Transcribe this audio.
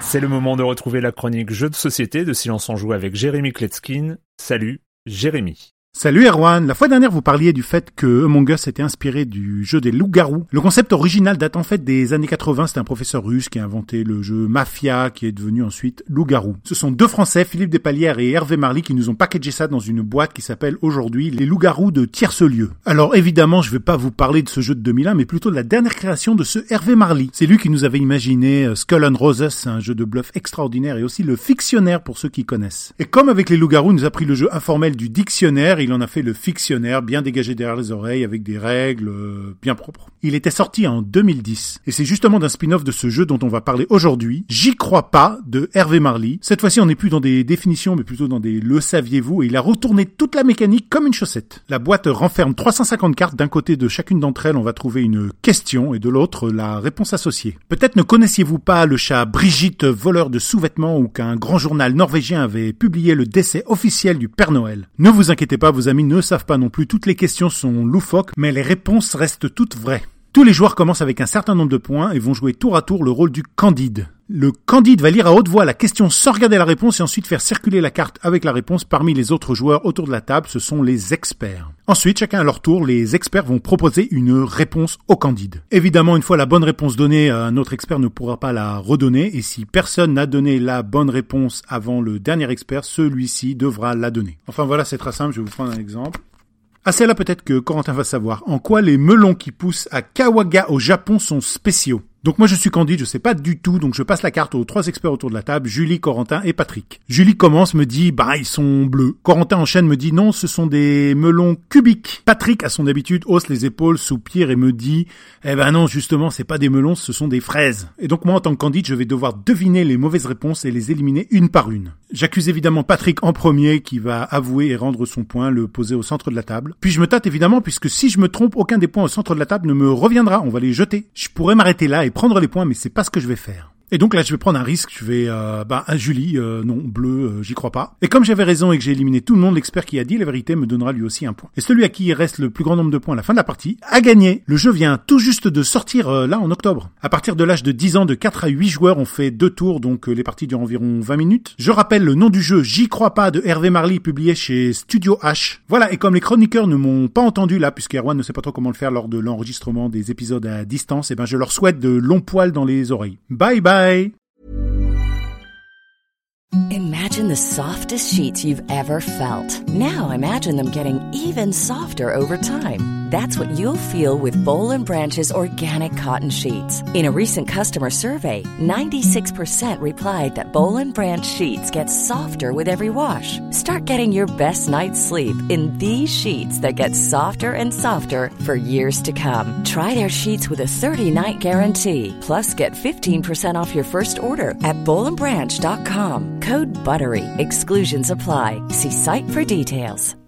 C'est le moment de retrouver la chronique Jeux de société de Silence on Joue avec Jérémy Kletzkin. Salut, Jérémy. Salut Erwan, la fois dernière vous parliez du fait que Among Us était inspiré du jeu des loups-garous. Le concept original date en fait des années 80, c'est un professeur russe qui a inventé le jeu Mafia qui est devenu ensuite loup-garou. Ce sont deux Français, Philippe Despalières et Hervé Marly, qui nous ont packagé ça dans une boîte qui s'appelle aujourd'hui les loups-garous de tierce-lieu. Alors évidemment je vais pas vous parler de ce jeu de 2001 mais plutôt de la dernière création de ce Hervé Marly. C'est lui qui nous avait imaginé Skull and Roses, un jeu de bluff extraordinaire et aussi le Fictionnaire pour ceux qui connaissent. Et comme avec les loups-garous, il nous a pris le jeu informel du Dictionnaire, il en a fait le Fictionnaire, bien dégagé derrière les oreilles, avec des règles bien propres. Il était sorti en 2010, et c'est justement d'un spin-off de ce jeu dont on va parler aujourd'hui, J'y crois pas, de Hervé Marly. Cette fois-ci, on n'est plus dans des définitions, mais plutôt dans des le saviez-vous, et il a retourné toute la mécanique comme une chaussette. La boîte renferme 350 cartes, d'un côté de chacune d'entre elles, on va trouver une question, et de l'autre, la réponse associée. Peut-être ne connaissiez-vous pas le chat Brigitte, voleur de sous-vêtements, ou qu'un grand journal norvégien avait publié le décès officiel du Père Noël. Ne vous inquiétez pas, vos amis ne savent pas non plus, toutes les questions sont loufoques, mais les réponses restent toutes vraies. Tous les joueurs commencent avec un certain nombre de points et vont jouer tour à tour le rôle du candide. Le candide va lire à haute voix la question sans regarder la réponse et ensuite faire circuler la carte avec la réponse parmi les autres joueurs autour de la table, ce sont les experts. Ensuite, chacun à leur tour, les experts vont proposer une réponse au candide. Évidemment, une fois la bonne réponse donnée, un autre expert ne pourra pas la redonner et si personne n'a donné la bonne réponse avant le dernier expert, celui-ci devra la donner. Enfin voilà, c'est très simple, je vais vous prendre un exemple. Ah, c'est là peut-être que Corentin va savoir en quoi les melons qui poussent à Kawaga au Japon sont spéciaux. Donc moi je suis candide, je sais pas du tout, donc je passe la carte aux trois experts autour de la table, Julie, Corentin et Patrick. Julie commence, me dit, ils sont bleus. Corentin enchaîne, me dit, non, ce sont des melons cubiques. Patrick, à son habitude, hausse les épaules, soupire et me dit, non, justement, c'est pas des melons, ce sont des fraises. Et donc moi, en tant que candide, je vais devoir deviner les mauvaises réponses et les éliminer une par une. J'accuse évidemment Patrick en premier, qui va avouer et rendre son point, le poser au centre de la table. Puis je me tâte évidemment, puisque si je me trompe, aucun des points au centre de la table ne me reviendra, on va les jeter. Je pourrais m'arrêter là et prendre les points, mais c'est pas ce que je vais faire. Et donc là, je vais prendre un risque, je vais, Julie, non, bleu, j'y crois pas. Et comme j'avais raison et que j'ai éliminé tout le monde, l'expert qui a dit la vérité me donnera lui aussi un point. Et celui à qui il reste le plus grand nombre de points à la fin de la partie a gagné. Le jeu vient tout juste de sortir, là, en octobre. À partir de l'âge de 10 ans, de 4 à 8 joueurs, on fait 2 tours, donc les parties durent environ 20 minutes. Je rappelle le nom du jeu, J'y crois pas, de Hervé Marly, publié chez Studio H. Voilà, et comme les chroniqueurs ne m'ont pas entendu là, puisque Erwan ne sait pas trop comment le faire lors de l'enregistrement des épisodes à distance, je leur souhaite de longs poils dans les oreilles. Bye bye! Imagine the softest sheets you've ever felt. Now imagine them getting even softer over time. That's what you'll feel with Boll & Branch's organic cotton sheets. In a recent customer survey, 96% replied that Boll & Branch sheets get softer with every wash. Start getting your best night's sleep in these sheets that get softer and softer for years to come. Try their sheets with a 30-night guarantee. Plus, get 15% off your first order at bollandbranch.com. Code BUTTERY. Exclusions apply. See site for details.